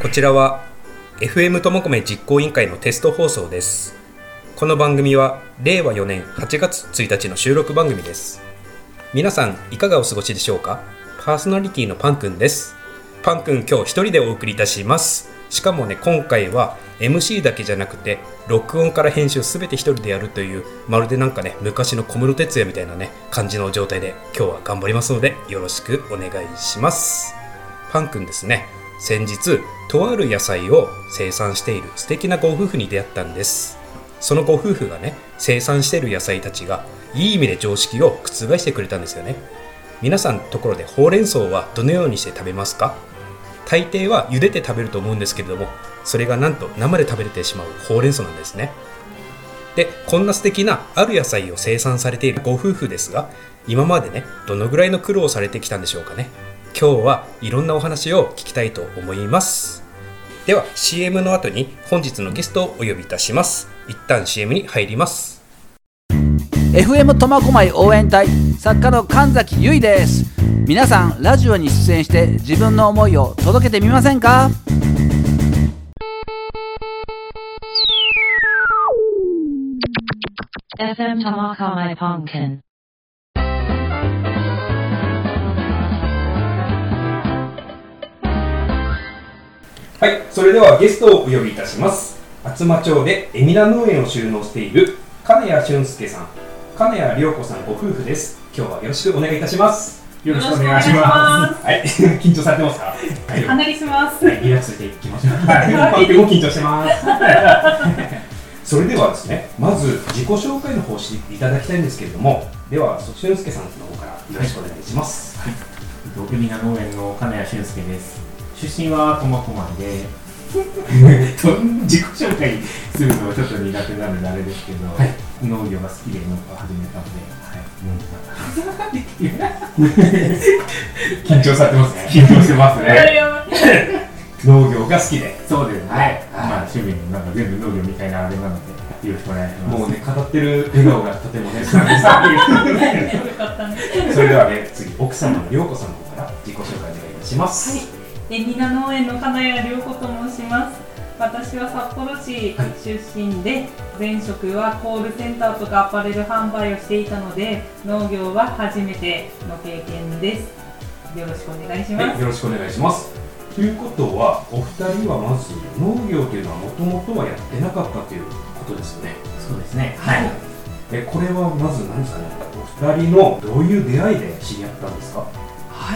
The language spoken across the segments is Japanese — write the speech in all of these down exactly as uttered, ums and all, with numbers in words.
こちらは エフエム ともこめ実行委員会のテスト放送です。この番組はれいわよねんはちがつついたちの収録番組です。皆さんいかがお過ごしでしょうか。パーソナリティのパンくんです。パンくん今日一人でお送りいたします。しかもね、今回は エムシー だけじゃなくて録音から編集すべて一人でやるという、まるでなんかね昔の小室哲哉みたいなね感じの状態で今日は頑張りますのでよろしくお願いします。パンくんですね、先日とある野菜を生産している素敵なご夫婦に出会ったんです。そのご夫婦がね生産している野菜たちがいい意味で常識を覆してくれたんですよね。皆さんのところでほうれん草はどのようにして食べますか。大抵は茹でて食べると思うんですけれども、それがなんと生で食べれてしまうほうれん草なんですね。で、こんな素敵なある野菜を生産されているご夫婦ですが、今までねどのぐらいの苦労をされてきたんでしょうかね。今日はいろんなお話を聞きたいと思います。では シーエム の後に本日のゲストをお呼びいたします。一旦 シーエム に入ります。 エフエム 苫小牧応援隊作家の神崎結衣です。皆さんラジオに出演して自分の思いを届けてみませんか。 エフエム 苫小牧パンくん。 はい、それではゲストをお呼びいたします。厚真町でエミラ農園を収納している金谷俊介さん、金谷涼子さんご夫婦です。今日はよろしくお願いいたします。 よろしくお願いします。 はい、緊張されてますか。はい、 かなりします。 はい、リラックスしていきましょう。はい、パンくんも緊張してます。それではですね、まず自己紹介の方をしていただきたいんですけれども、では俊介さんの方からよろしくお願いします。 はい、エミラ農園の金谷俊介です。出身は苫小牧で自己紹介するのはちょっと苦手なのであれですけど、はい、農業が好きで農家を始めたので、はい、緊張されてますね。緊張してますね。農業が好きで。そうですね。はい、まあ趣味のなんか全部農業みたいなあれなのでよろしくお願いします。 もうね語ってる笑顔がとてもね素敵です。それではね、次奥様の涼子さんの方から自己紹介お願いいたします。 はい、エミラ農園の金谷涼子と申します。私は札幌市出身で、はい、前職はコールセンターとかアパレル販売をしていたので農業は初めての経験です。よろしくお願いします。 はい、よろしくお願いします。ということはお二人はまず農業というのはもともとはやってなかったということですよね。 そうですね。はい。 えこれはまず何ですかね、お二人のどういう出会いで知り合ったんですか。 はい、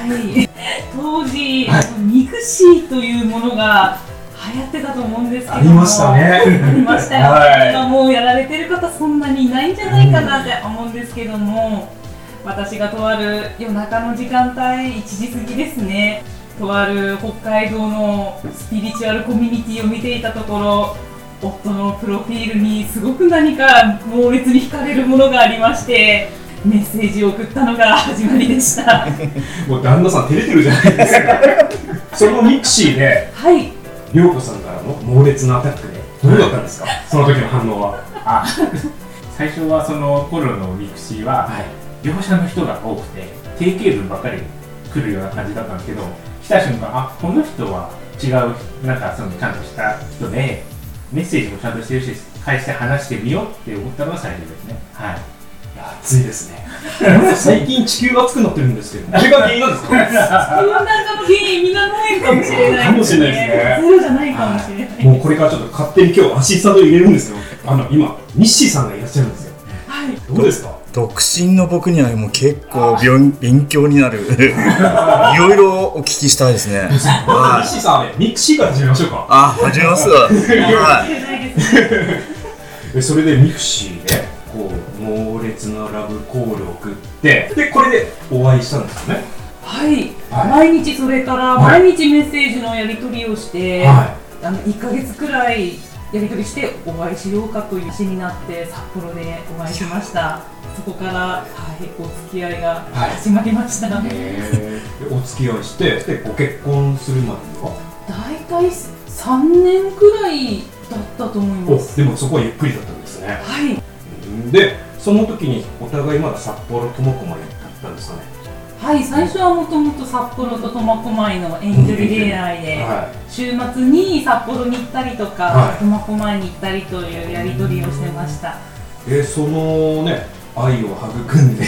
当時、はい、ミクシーというものが流行ってたと思うんですけども、 ありましたね。 ありましたよ、 はい、 今もうやられてる方そんなにいないんじゃないかなって思うんですけども、うん、私がとある夜中の時間帯いちじ過ぎですね、とある北海道のスピリチュアルコミュニティを見ていたところ、夫のプロフィールにすごく何か猛烈に惹かれるものがありまして、メッセージを送ったのが始まりでした。 もう旦那さん照れてるじゃないですか。そのミクシーで、 はい、 涼子さんからの猛烈なアタックでどうだったんですか。その時の反応は。 あ、最初はその頃のミクシーは、はい、業者の人が多くて定型文ばっかり来るような感じだったんですけど、来た瞬間、あ、この人は違う、なんかそのちゃんとした人でメッセージもちゃんとしてるし返して話してみようって思ったのが最初ですね。はい。 暑いですね。最近地球が熱くなってるんですけど、あれが原因なんですか。 温暖化の原因みんな農園かもしれないですね。 かもしれないですね。 ゼロじゃないかもしれない。 もうこれからちょっと勝手に今日アシスタント入れるんですよ。あの今ニッシーさんがいらっしゃるんですよ。 はい。 どうですか。 独身の僕にはもう結構勉強になる。いろいろお聞きしたいですね。 ニッシーさん、ミクシーから始めましょうか。 あ、始めます。はい。 それでミクシーでこう猛烈なラブコールを送って、でこれでお会いしたんですよね。 はい、はい、毎日それから毎日メッセージのやり取りをして、はい、あのいっかげつくらいやり取りしてお会いしようかという話になって札幌でお会いしました。そこから、はい、お付き合いが始まりました。はい、 へー。お付き合いしてでご結婚するまではだいたいさんねんくらいだったと思います。 でもそこはゆっくりだったんですね。 はい。 でその時にお互いまだ札幌苫小牧だったんですかね。 はい、最初はもともと札幌と苫小牧の遠距離恋愛で週末に札幌に行ったりとか、 はい、 苫小牧に行ったりというやり取りをしてました。 えー、そのね愛を育んで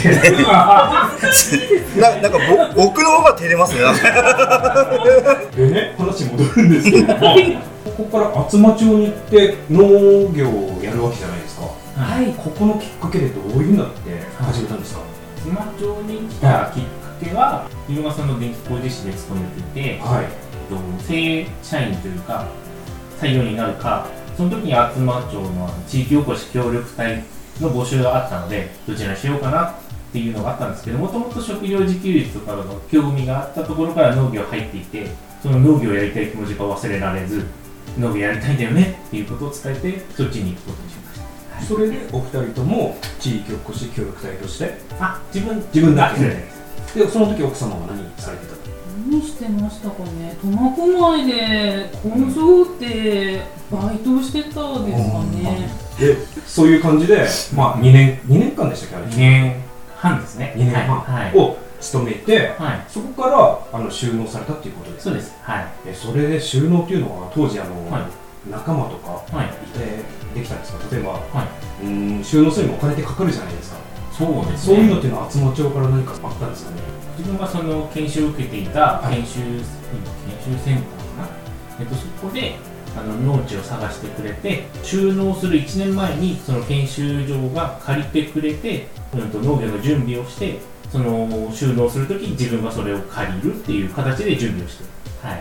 な, なんかぼ僕の方が照れますねでね話戻るんですけどもここから厚真町に行って農業をやるわけじゃないですか。 はい、 ここのきっかけでどういうのって始めたんですか。 厚真町に来たきっかけは自分がその電気工事士で勤めていて、 はい、 正社員というか採用になるか、その時に厚真町の地域おこし協力隊の募集があったのでどちらにしようかなっていうのがあったんですけど、もともと食料自給率とかの興味があったところから農業入っていて、その農業をやりたい気持ちが忘れられず、農業やりたいんだよねっていうことを伝えてそっちに行くことにしました。はい、 それでお二人とも地域おこし協力隊としてあ自分自分だけでで、その時奥様は何されてたの。 何してましたかね。苫小牧で工場ってバイトしてたですかね。 でそういう感じで、まあ、にねんにねんかんでしたっけ。あれにねんはんですね。 にねんはんを勤めて、はい、そこからあの収納されたっていうことですか。 そうです、はい、 えそれで収納っていうのは当時あの、はい、仲間とかいて、 はい、 できたんですか。例えば、 はい、 うん収納するにもお金ってかかるじゃないですか。 そうですね、そういうのっていうのは厚真町から何かあったんですかね。 自分がその研修を受けていた研修、はい、研修センターかな、えっと、そこであの農地を探してくれて、収納するいちねんまえにその研修所が借りてくれて、うん、と農業の準備をして、その収納するときに自分がそれを借りるっていう形で準備をして、はい、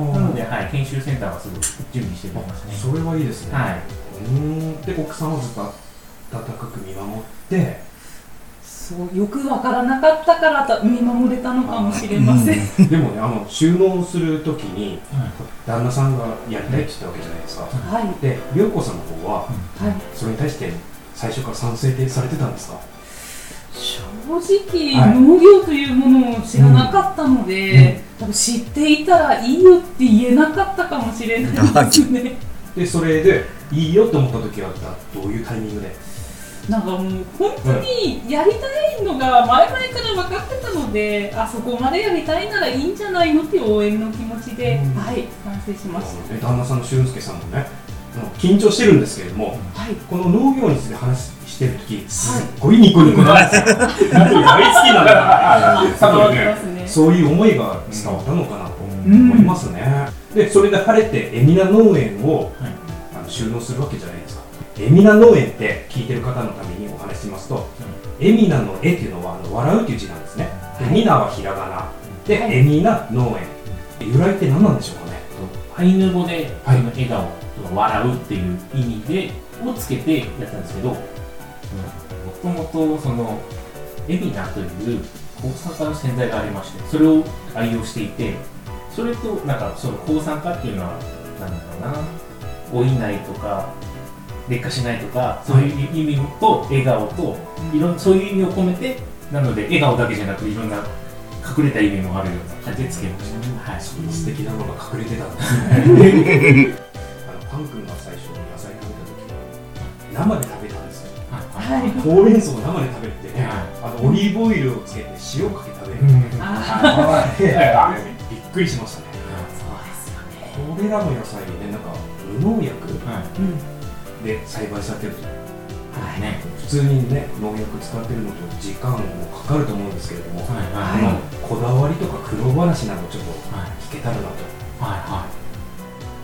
なので、はい、研修センターがすごい準備してくれましたね。 それはいいですね。 はい、 うんで奥さんはずっと温かく見守ってそうよくわからなかったから見守れたのかもしれません、 うん、でもねあの収納するときに、はい、旦那さんがやりたいって言ったわけじゃないですか。はい、で涼子さんの方は、はい、それに対して最初から賛成ってされてたんですか。 正直、はい、農業というものを知らなかったので、うん、多分知っていたらいいよって言えなかったかもしれないですねでそれでいいよって思った時はどういうタイミングで。 なんかもう本当にやりたいのが前々から分かってたので、あそこまでやりたいならいいんじゃないのっていう応援の気持ちで、うん、はい賛成しました。 旦那さんの俊介さんもね緊張してるんですけれども、はい、この農業について話してる時すっごいニコニコなんですよ、はい、大好きなんだ多分ね、そういう思いが伝わったのかなと思いますね、うん、でそれで晴れてエミナ農園を、はい、あの収納するわけじゃないですか。エミナ農園って聞いてる方のためにお話ししますと、うん、エミナの絵っていうのはあの笑うっていう字なんですね。でミナはひらがなで、はい、エミナ農園、由来って何なんでしょうかね。 アイヌ語で、はい、笑顔とか笑うっていう意味でをつけてやったんですけど、もともとそのエミナという抗酸化の洗剤がありまして、それを愛用していて、それとなんかその抗酸化っていうのは何だろうな、老いないとか劣化しないとか、そういう意味と笑顔といろんそういう意味を込めて、なので笑顔だけじゃなくいろんな隠れた意味もあるような感じでつけました。はい、 その素敵なのが隠れてたんですねあのパン君が最初に野菜食べた時は生で食べたんですよ。はい、ほうれん草を生で食べてね、はい、あのオリーブオイルをつけて塩かけて食べる、うん、あびっくりしましたね。そうですよね。これらの野菜でなんか無農薬、はいうんで栽培されてると、はいね、普通にね農薬使ってるのと時間もかかると思うんですけれども、はいはいはい、こだわりとか苦労話などちょっと聞けたらなと。はいはい、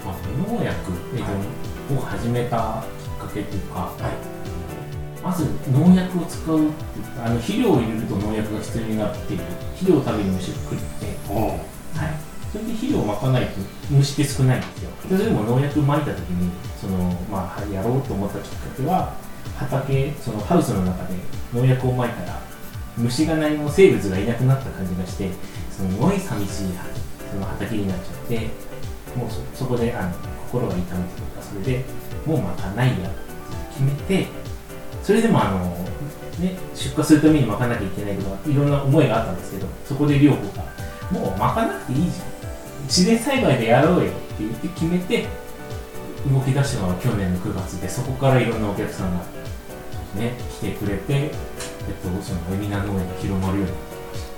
まあ、無農薬を始めたきっかけというか、はい、まず農薬を使うってあの肥料を入れると農薬が必要になるっていう肥料を食べる虫が来るので、はい、それで肥料をまかないと虫って少ないんですよ。それでも農薬をまいたときにその、まあ、やろうと思ったきっかけは畑、そのハウスの中で農薬をまいたら虫が何も生物がいなくなった感じがして、すごい寂しいその畑になっちゃって、もう そ, そこであの心が痛むというか、それでもうまかないやって決めて、それでもあの、ね、出荷するためにまかなきゃいけないとかいろんな思いがあったんですけど、そこで涼子がもうまかなくていいじゃん、自然栽培でやろうよって言って決めて動き出したのが去年のくがつで、そこからいろんなお客さんが、ね、来てくれて、えっと、そのエミナ農園が広まるようになってきました。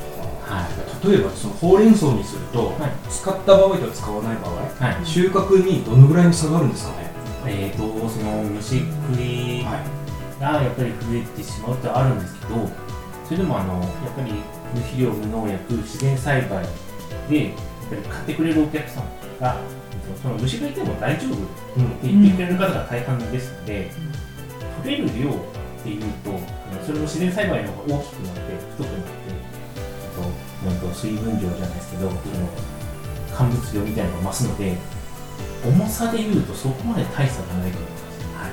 はい、 例えばそのほうれん草にすると、はい、使った場合と使わない場合、はい、収穫にどのぐらいの差があるんですかね。 えーとその虫食いがやっぱり増えてしまうってあるんですけど、それでもあのやっぱり無肥料無農薬自然栽培でやっぱり買ってくれるお客さんがその虫がいても大丈夫って言ってくれる方が大半ですので、うん、取れる量っていうとそれも自然栽培の方が大きくなって太くなってなんか水分量じゃないですけど、その乾物量みたいなのが増すので、重さでいうとそこまで大差がないと思います。はい、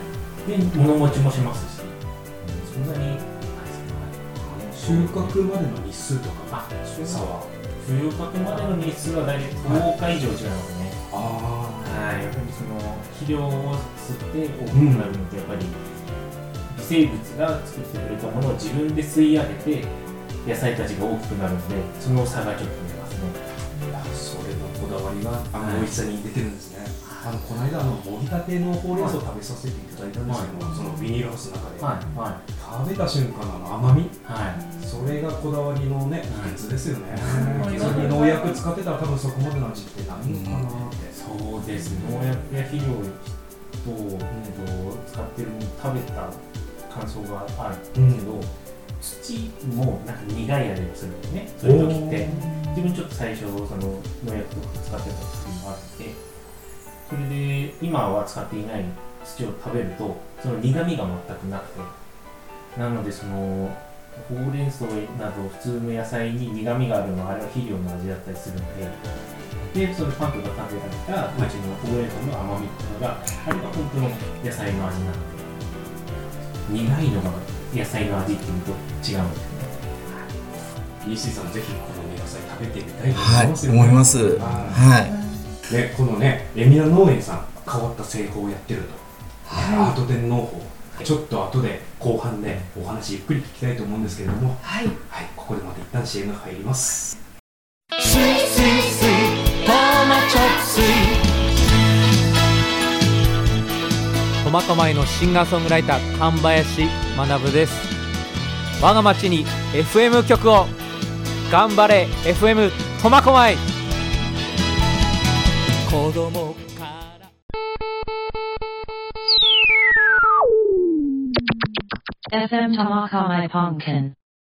で物持ちもしますし、そんなに収穫までの日数とか差は収穫までの日数は大体とおか以上違いますね。あはい、やっぱりその肥料を吸って大きくなるのと、やっぱり微生物が作ってくれたものを自分で吸い上げて野菜たちが大きくなるので、その差がちょっと出ますね。 いや、それのこだわりがあの美味しさに出てるんですね。あのこの間あのもぎたてのほうれん草を食べさせていただいたんですけど、はい、そのビニールハウスの中で、はいはい、食べた瞬間の甘み、はい、それがこだわりのね秘訣ですよね。普通に農薬使ってたら多分そこまでの味ってないのかなって。 そうです。農薬や肥料と、うん、使ってるの食べた感想があるけど、うん、土もなんか苦い味がするんですね。そういう時って自分ちょっと最初その農薬とか使ってた時もあって、それで今は使っていない土を食べるとその苦みが全くなくて、なのでそのほうれん草など普通の野菜に苦みがあるのはあれは肥料の味だったりするので、でそのパンクが食べられたうちのほうれん草の甘みとかがあれが本当の野菜の味なので、苦いのが野菜の味っていうと違うんですよね。 イーシーさんぜひこの野菜食べてみたいと思いますよね。 はい、思います。はい。 ね、このね、エミナ農園さん変わった製法をやってると、はい、アート店農法、ちょっと後で後半でお話ゆっくり聞きたいと思うんですけれども、はい、はい、ここでまた一旦 シーエム 入ります。スイスイスイトマチョスイ苫小牧のシンガーソングライター神林学です。我が町に エフエム 局を頑張れ エフエム 苫小牧。子供からエフエム 苫小牧パンキン。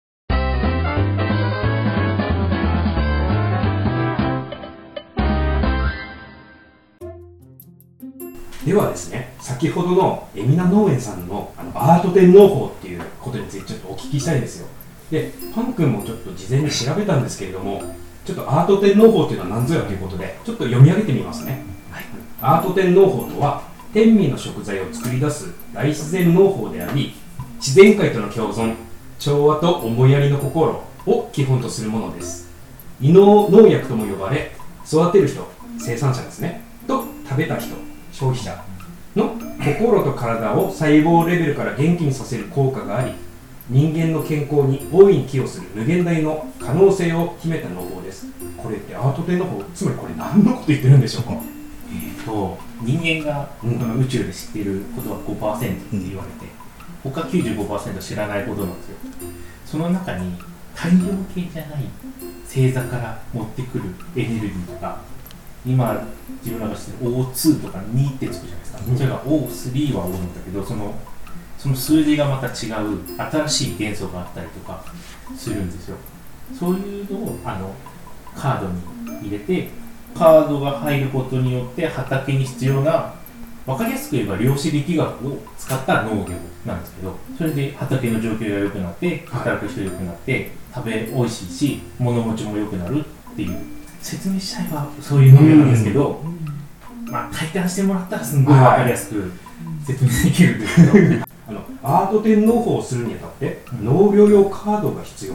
ではですね、先ほどのエミナ農園さんの、あのアート店農法っていうことについてちょっとお聞きしたいですよ。で、パン君もちょっと事前に調べたんですけれども、ちょっとアート店農法というのは何ぞやということでちょっと読み上げてみますね。はい、アート店農法とは天味の食材を作り出す大自然農法であり、自然界との共存、調和と思いやりの心を基本とするものです。異能農薬とも呼ばれ、育てる人、生産者ですね、と食べた人、消費者の心と体を細胞レベルから元気にさせる効果があり、人間の健康に大いに寄与する無限大の可能性を秘めた農法です。これってアート店の方、つまりこれ何のこと言ってるんでしょうか。 えーと人間が、うん、宇宙で知っていることは ごパーセント って言われて、うん、他 きゅうじゅうごパーセント 知らないことなんですよ。その中に太陽系じゃない星座から持ってくるエネルギーとか、今自分らが知ってる オーツー とかにってつくじゃないですか、うん、それが オースリー は多いんだけど、そのその数字がまた違う新しい元素があったりとかするんですよ。そういうのをあのカードに入れて、カードが入ることによって畑に必要な、分かりやすく言えば量子力学を使った農業なんですけど、それで畑の状況が良くなって働く人が良くなって食べ美味しいし物持ちも良くなるっていう、説明したいはそういう農業なんですけど、まあ体感してもらったらすんごい分かりやすく説明できるんですけどあのアート店農法をするにあたって、うん、農業用カードが必要、うん、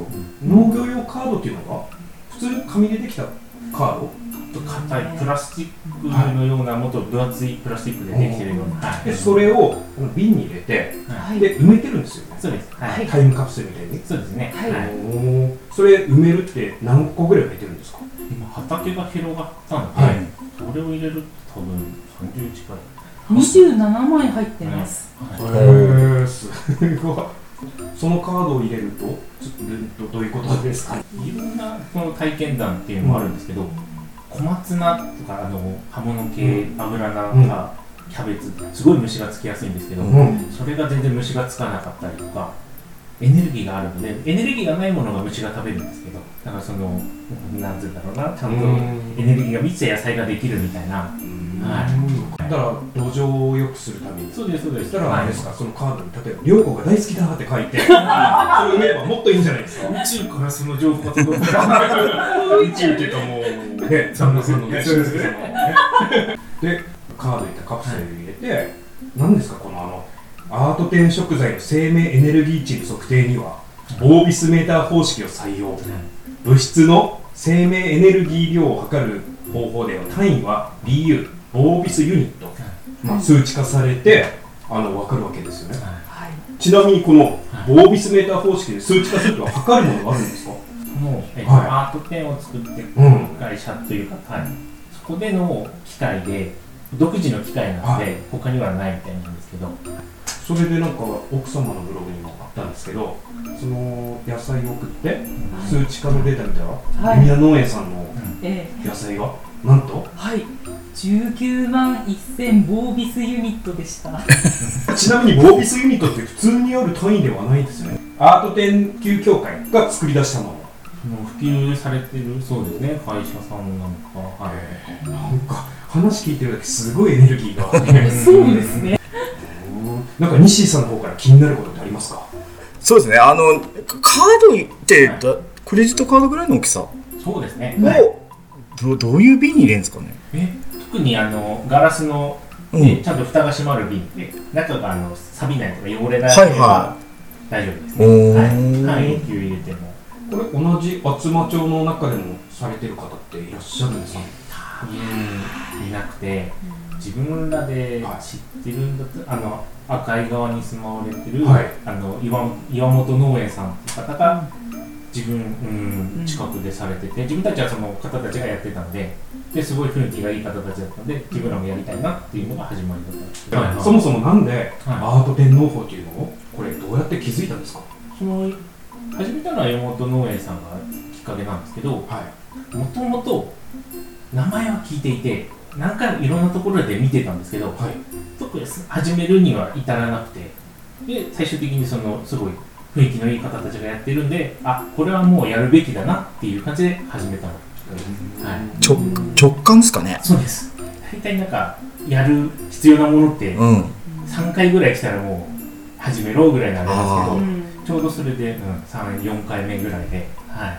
農業用カードっていうのが普通に紙でできたカード、 硬いプラスチックのようなもっと分厚いプラスチックでできてるような、はい、 でそれを瓶に入れて、はい、で埋めてるんですよね。 そうです、はい、 タイムカプセルみたいに。 そうですね、はいはい、それ埋めるって何個ぐらい埋めてるんですか。 今畑が広がったので、はい、それを入れると多分さんじゅう近いにじゅうななまい入ってます、 はいはい、へーすごい。 そのカードを入れるとどどういうことですか？ いろんなこの体験談っていうのもあるんですけど、小松菜とかあの葉物系、油菜とかキャベツ、すごい虫がつきやすいんですけど、うん、それが全然虫がつかなかったりとか、エネルギーがあるので、エネルギーがないものが虫が食べるんですけど、だからそのなんていうんだろうな、ちゃんとエネルギーが満ちた野菜ができるみたいな。はい、 だから土壌を良くするために。 そうですそうです。 だからあれですか、そのカードに例えば涼子が大好きだって書いて、それを見ればもっといいんじゃないですか。 宇宙からその情報が届く。宇宙っていうかもうね、さんのさんのね。そうですね。でカードにカプセル入れて、何ですかこのあのアート展食材の生命エネルギー値の測定にはボービスメーター方式を採用。物質の生命エネルギー量を測る方法では単位は ビーユー ボービスユニット、まあ、数値化されてあの分かるわけですよね、はい、ちなみにこのボービスメーター方式で数値化するとは測るものがあるんですか？ もう、えっとはい、アート展を作ってる会社というか、うんはい、そこでの機械で独自の機械なので、はい、他にはないみたいなんですけど、 それでなんか奥様のブログにもあったんですけど、その野菜を送って数値化のデータ見たら、はい、宮農園さんの野菜がなんと、 はいじゅうきゅうまんせんボービスユニットでした。 ちなみにボービスユニットって普通にある単位ではないですよね。アート研究協会が作り出したもの。 普及されてるそうですね、会社さんなんか、はい、 なんか話聞いてるだけすごいエネルギーがそうですね。 なんか西井さんの方から気になることってありますか？ そうですね、あのカードって、はい、クレジットカードぐらいの大きさそうですね、 はい、ど, どういう瓶に入れるんですかね？ え特にあのガラスの、ねうん、ちゃんと蓋が閉まる瓶で中があの錆びないとか汚れないとか大丈夫ですね。はい、半永久入れても。 これ同じ厚真町の中でもされてる方っていらっしゃるんですか？ 多分いなくて、自分らで知ってるんだったら、あの赤井川に住まわれてる、はい、あの 岩, 岩本農園さんって方が自分、うん、近くでされてて、自分たちはその方たちがやってたんで、ですごい雰囲気がいい方たちだったんで、自分らもやりたいなっていうのが始まりだったんです。 はいはい、そもそもなんでアート展農法っていうのをこれどうやって気づいたんですか？ その始めたのは山本農園さんがきっかけなんですけど、もともと名前は聞いていて何回もいろんなところで見てたんですけど、はい、特に始めるには至らなくて、で最終的にそのすごい雰囲気のいい方たちがやってるんで、あこれはもうやるべきだなっていう感じで始めたの。 はい、ちょ直感ですかね？ そうです。大体なんかやる必要なものってさんかいぐらい来たらもう始めろぐらいなんですけど、ちょうどそれで、うん、さん、よんかいめぐらいで、はい、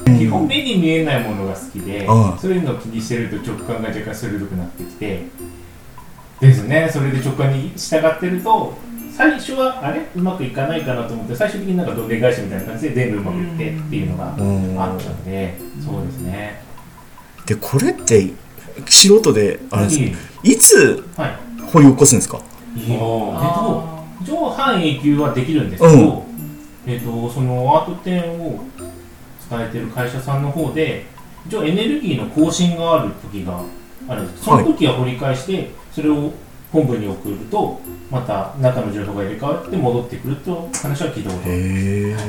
基本目に見えないものが好きで、そういうのを気にしてると直感が若干鋭くなってきてですね。それで直感に従ってると最初はあれうまくいかないかなと思って、最終的になんかどんでん返しみたいな感じで全部うまくいってっていうのがあったので、そうですね。 でこれって素人であれですか、いつ掘り起こすんですか？ えっと上半永久はできるんですけど、うん、えっとそのアート展を伝えてる会社さんの方で一応エネルギーの更新がある時があるんです。その時は掘り返してそれを本部に送るとまた中の情報が入れ替わって戻ってくると話は聞いたことあります。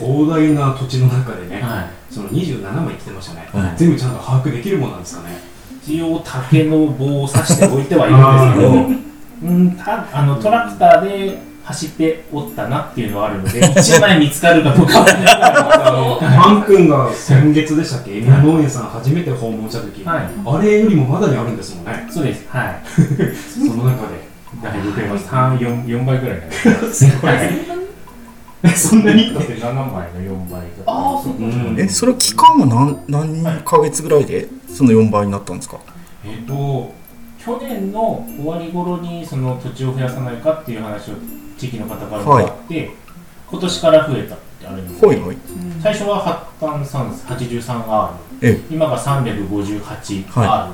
広大な土地の中でね、はい、そのにじゅうななまい来てましたね、はい、全部ちゃんと把握できるものなんですかね？ 一応竹の棒を刺しておいてはいるんですけどうんたあのトラクターで走っておったなっていうのはあるのでいちまい見つかるかどうかはマン君が先月でしたっけ、宮農園さん初めて訪問した時、はい、あれよりもまだにあるんですもんね。 そうです、はい。 その中でだいぶ増えました。さん、よん、よんばいぐらいになります。 そんなにだってななまいのよんばいとか。 ああ、そうか。 え、それ期間は何何ヶ月ぐらいでそのよんばいになったんですか？ えっと去年の終わり頃にその土地を増やさないかっていう話を地域の方からもらって、はい、今年から増えたってあるんですけど、はいはい、最初は発端さんはちじゅうさんアール、今がさんびゃくごじゅうはちアール、はい、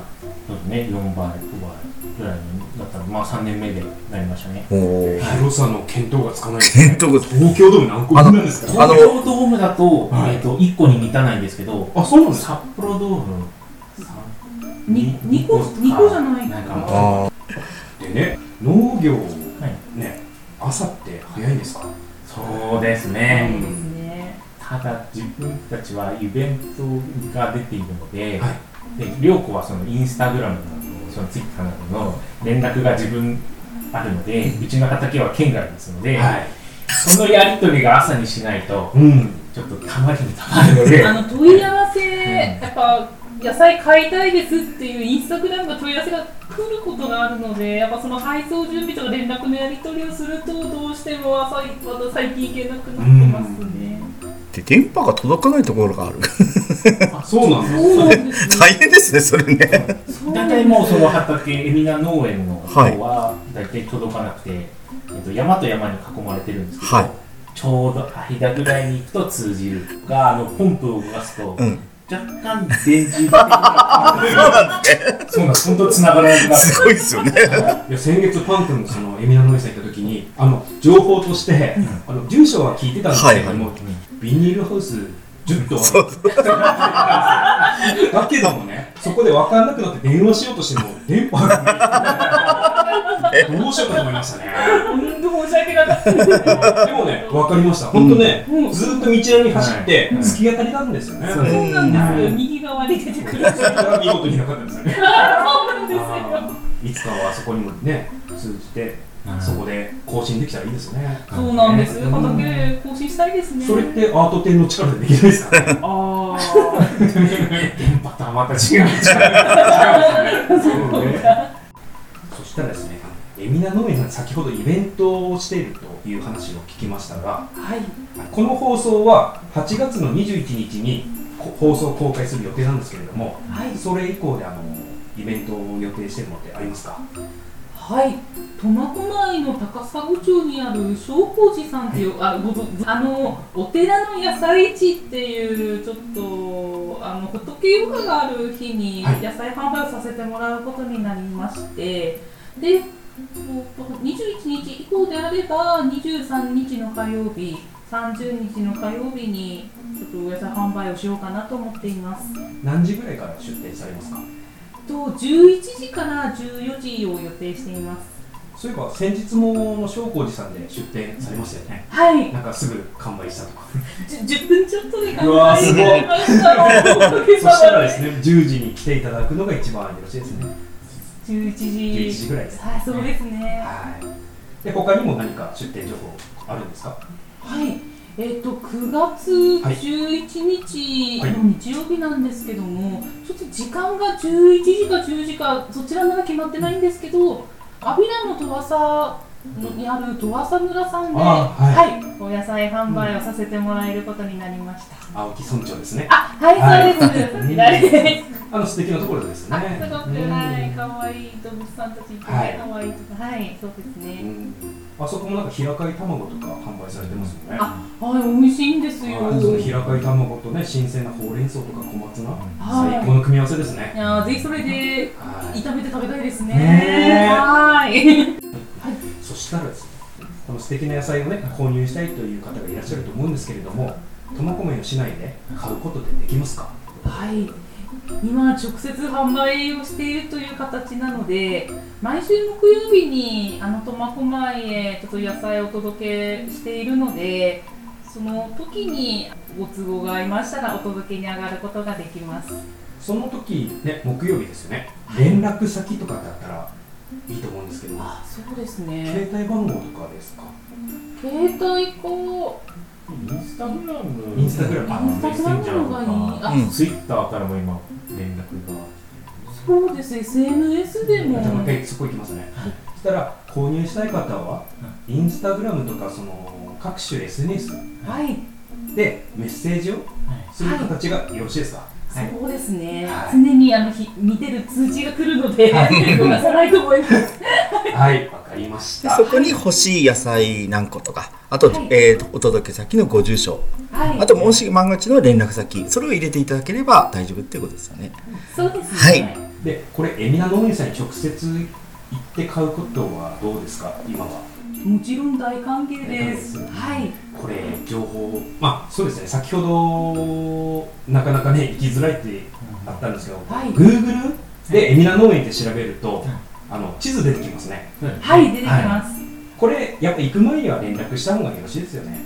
そうですね、よんばい、ごばいぐらいになったら、まあさんねんめでなりましたね。 お広さの見当がつかないですね。東京ドーム何個分なんですか？ 東京ドームだと、はい、えー、といっこに満たないんですけど、 あ、そうなんですか？ 札幌ドームにこじゃないかな。 でね、農業、はい、ね、朝って早いんですか？ そうですね、 いいですね。 ただ自分たちはイベントが出ているので、 はい、 で涼子はそのインスタグラムなどそのツイッターなどの連絡が自分あるので、うちの畑は県外ですので、はい、そのやり取りが朝にしないと、うん、ちょっとたまりにたまるのであの問い合わせ、うん、やっぱ野菜買いたいですっていうインスタグラムが問い合わせが来ることがあるので、やっぱその配送準備とか連絡のやり取りをするとどうしても朝まだ最近行けなくなってますね。 で電波が届かないところがある。 あ、そうなんですね。 大変ですね、それね。 大体もうその畑、海老名農園の方は大体届かなくて、はい、えっと、山と山に囲まれてるんですけど、はい、ちょうど間ぐらいに行くと通じるが、あのポンプを動かすと、うん、若干電磁がそうなんです、本当に繋がらなくなってすごいですよね。 いや、先月パン君のその海老名農園さん行った時に、あの情報として、うん、あの住所は聞いてたんですけども、はいはい、ビニールハウスじゅっとだけどもね、そこで分かんなくなって電話しようとしても電波がどうしようかと思いましたね。 申し訳なかった。 でもね、分かりました。本当ね、うん、ずっと道のり走って、うん、突き当たりなんですよね。 そうなんですよ。右側に出てくる。 それが見事になかったんですよね。 そうなんですよ。 いつかはそこにもね通じて。そこで更新できたらいいですね。 そうなんです。畑更新したいですね。 それってアート展の力でできないですかね。 ああ。 電波とはまた違う力。 そうね。そしたらですね、海老名農園さん先ほどイベントをしているという話を聞きましたが、はい、この放送ははちがつのにじゅういちにちに放送公開する予定なんですけれども、はい、それ以降であのイベントを予定しているのってありますか？ はい、苫小牧の高砂町にある正光寺さんっていう、はい、あ, ごあのお寺の野菜市っていうちょっとあの仏ヨガがある日に野菜販売をさせてもらうことになりまして、でにじゅういちにち以降であればにじゅうさんにちの火曜日、さんじゅうにちの火曜日にちょっとお野菜販売をしようかなと思っています。 何時ぐらいから出店されますか？ とじゅういちじからじゅうよじを予定しています。 そういえば先日も正光寺さんで出店されましたよね。 はい。 なんかすぐ完売したとか。 じゅっぷんちょっとで完売しました。 そしたらですね、じゅうじに来ていただくのが一番よろしいですね。 じゅういちじ。 じゅういちじぐらいです。 はい、そうですね。 はい。で他にも何か出店情報あるんですか？ はい。えー、とくがつじゅういちにちの日曜日なんですけども、はい、ちょっと時間がじゅういちじかじゅうじかそちらまだ決まってないんですけど、阿比良の戸浅にある戸浅村さんで、はいはい、お野菜販売をさせてもらえることになりました。 青木村長ですね。 あ、はい、はい、そうです。左あの素敵なところですね。 すごく、はい、可愛い動物さんたちいて、はい、可愛いとか、はい、そうですね。 あそこもなんか平飼い卵とか販売されてますよね。 あ、はい、美味しいんですよ。 その平飼い卵とね、新鮮なほうれん草とか小松菜、はい、最高の組み合わせですね。 いや、ぜひそれで炒めて食べたいですね。ね、はい。 そしたらですね、この素敵な野菜をね購入したいという方がいらっしゃると思うんですけれども、苫小牧の市内で買うことってできますか？ はい。今直接販売をしているという形なので、毎週木曜日にあの苫小牧へちょっと野菜をお届けしているので、その時にご都合が合いましたらお届けに上がることができます。 その時ね、木曜日ですよね。連絡先とかだったらいいと思うんですけど。 あ、そうですね。 携帯番号とかですか？ 携帯か。 インスタグラム、 インスタグラム、 インスタグラムがいい。あ、 ツイッターからも今連絡が。 そうです。エスエヌエス でも。 じゃあもう一回そこ行きますね。そしたら購入したい方はインスタグラムとかその各種 エスエヌエス でメッセージをする形がよろしいですか？ はい、そうですね。はい、常にあのひ見てる通知が来るので、逃さないと思います。 はい、わかりました。 そこに欲しい野菜何個とか、あと、はい、えー、お届け先のご住所、はい、あともし万が一の連絡先、それを入れていただければ大丈夫っていうことですよね。 そうですね。 はい。 で、これ海老名農園さんに直接行って買うことはどうですか？今は。 もちろん大歓迎です。はい。 これ情報、まあそうですね。先ほどなかなかね行きづらいってあったんですけど、はい、Google で海老名農園って調べると、あの地図出てきますね。 はい、出てきます。 はい、これやっぱ行く前には連絡した方がよろしいですよね。 そ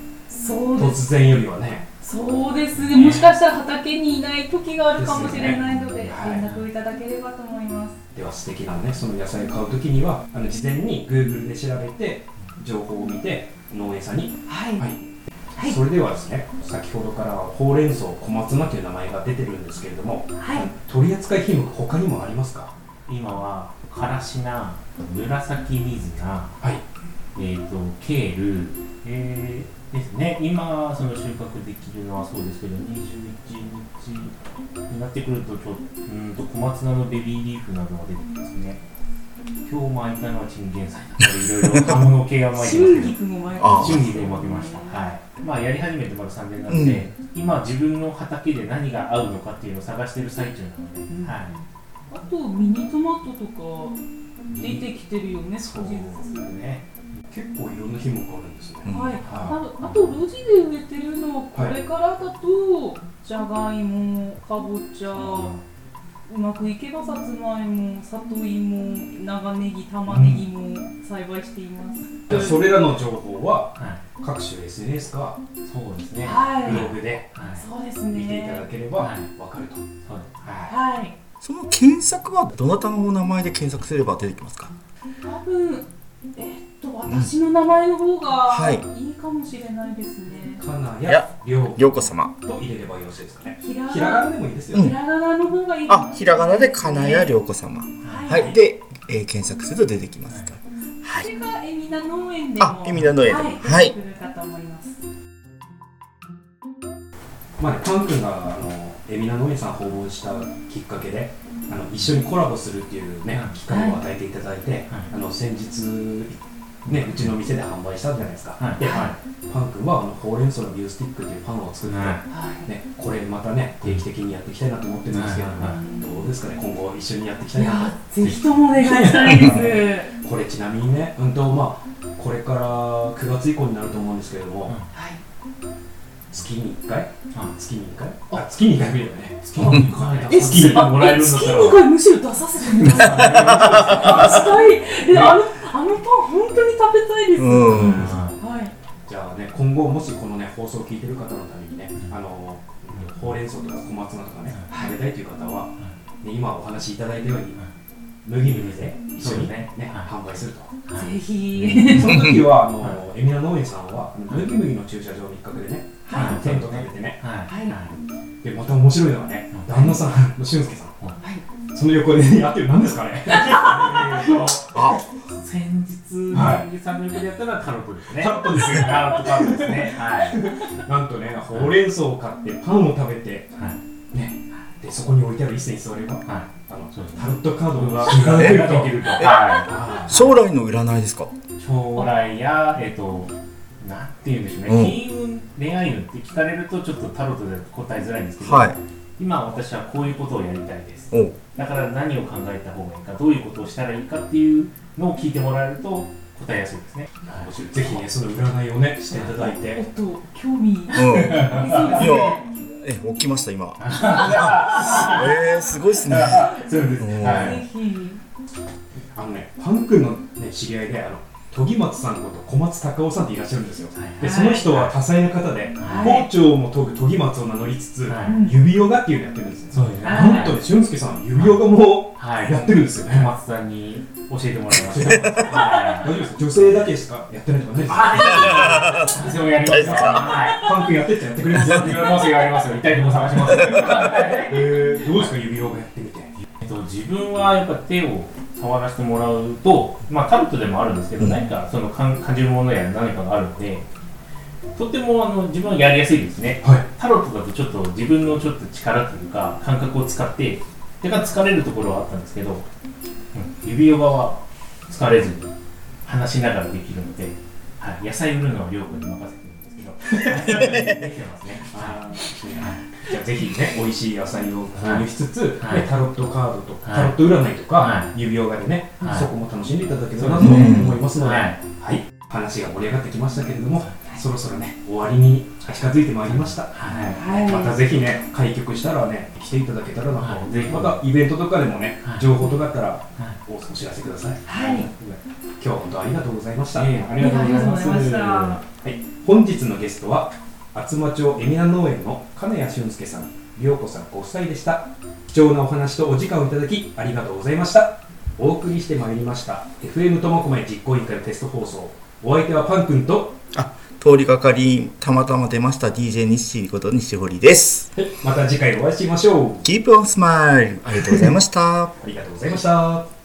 そうです。 突然よりはね。 そうですね。もしかしたら畑にいない時があるかもしれないので、連絡をいただければと思います。 では素敵なね、その野菜を買う時にはあの事前に Google で調べて情報を見て農園さんに、 はいはいはい、それではですね、先ほどからほうれん草、小松菜という名前が出てるんですけれども、はい、取扱品目他にもありますか？ 今はからし菜、紫水菜、はい、えーとケール、えーですね、今その収穫できるのはそうですけどにじゅういちにちになってくるとちょうんと小松菜のベビーリーフなどが出てきますね。今日巻いたのはチンゲン菜だったりいろいろ葉物系が巻いてますけど春菊も巻いてました。春菊も巻きました。はい。まあやり始めてまださんねんなので、うん、今自分の畑で何が合うのかっていうのを探している最中なので、うん、はい。 あとミニトマトとか出てきてるよね、少しずつね。結構いろんな品目あるんですね。 はい。あと、あと路地で植えてるのはこれからだとじゃがいも、かぼちゃ、うまくいけばさつまいも、里芋、長ネギ、玉ねぎも栽培しています。 うん、それらの情報は各種 エスエヌエス か、 そうですね。 はい、 ブログで見ていただければわかると。 はい。 その検索はどなたの名前で検索すれば出てきますか？ 多分えー、っと私の名前の方がいいかもしれないですね。 金谷涼子様と入れればよろしいですかね。 ひらがなでもいいですよね。 ひらがなの方がいい。 あ、ひらがなで金谷涼子様。はい。で、えー、検索すると出てきますと。 はい。それがエミナ農園でも。 あ、エミナ農園でも。 はい。出てくるかと思います。 まあね、パン君があのエミナ農園さん訪問したきっかけで。あの一緒にコラボするっていうね、機会を与えていただいて、はい、あの先日、ね、うちの店で販売したじゃないですか。はい、で、はい、パン君はあのほうれん草のビュースティックっていうパンを作って、はいね、これまたね定期的にやっていきたいなと思ってるんですけども、はい、どうですかね、今後一緒にやっていきたいなと。 ぜひともお願いしたいです。 これちなみにね、うんとまあこれからくがつ以降になると思うんですけれども。はい、月にいっかい、あ、月にいっかい、あ、月にいっかい見るよね。月にいっかい、 え、月にいっかいもらえるんだったら、月にいっかいむしろ出させてみます。したい。え、あのあのパン本当に食べたいです。はい。 じゃあね、今後もしこのね放送を聞いてる方のためにね、あのほうれん草とか小松菜とかね食べたいという方は、ね今お話しいただいたように麦麦で一緒にね販売すると。 ぜひ。 その時はあのエミナ農園さんは麦麦の駐車場の一角でね。テント食べてね、でまた面白いのはね、旦那さんの俊介さん、その横でやってる何ですかね。 あ、先日さんの横でやったのはタロットですね。 タロットですよ。 タロットカードですね。 なんとね、ほうれん草を買ってパンを食べてね、でそこに置いてある椅子に座れば、あのタロットカードができると。 将来の占いですか？ 将来やえっと。なんていうんでしょうね、金運、恋愛運って聞かれるとちょっとタロットで答えづらいんですけど、はい、今私はこういうことをやりたいです。だから何を考えた方がいいか、どういうことをしたらいいかっていうのを聞いてもらえると答えやすいですね。 ぜひね、その占いをねしていただいて、 おっと興味、うん、 え、起きました今。えー、すごいですね。 そうです。ぜひ。あのね、パン君のね知り合いであの。研ぎ松さんこと小松隆夫さんっていらっしゃるんですよ。でその人は多彩な方で包丁も研ぐ研ぎ松を名乗りつつ指ヨガっていうのやってるんですよ。なんとね、俊介さん指ヨガもやってるんですよね。 小松さんに教えてもらいました。大丈夫です。女性だけしかやってないとかないですか？ 女性もやりますよ。 パン君やってってやってくれるんですよ。 やりますよ、やりますよ。痛いとこ探します。 え、どうですか指ヨガやってみて。 自分はやっぱ手を触らせてもらうと、まあタロットでもあるんですけど、何かその感じるものや何かがあるので、とてもあの自分はやりやすいですね。はい、タロットだとちょっと自分のちょっと力というか感覚を使って手が疲れるところはあったんですけど、うん、指ヨガは疲れずに話しながらできるので、はい、野菜売るのは涼子に任せてるんですけどできてますね。あじゃあぜひね、美味しい野菜を購入しつつ、はい、タロットカードとか、はい、タロット占いとか、はい、指ヨガでね、はい、そこも楽しんでいただければなと思いますので、はいはい、話が盛り上がってきましたけれども、そろそろね、終わりに近づいてまいりました。はい、またぜひね、開局したらね、来ていただけたらなと、はい、ぜひまたイベントとかでもね、はい、情報とかあったらお知らせください。はい、今日は本当ありがとうございました。 えー、ありがとうございました。 はい、本日のゲストは厚真町エミナ農園の金谷俊介さん、涼子さんご夫妻でした。貴重なお話とお時間をいただきありがとうございました。お送りしてまいりました エフエム 苫小牧実行委員会のテスト放送、お相手はパン君と、 あ、通りがかりたまたま出ました ディージェー 西こと西堀です。 また次回お会いしましょう。 Keep on smile。 ありがとうございましたありがとうございました。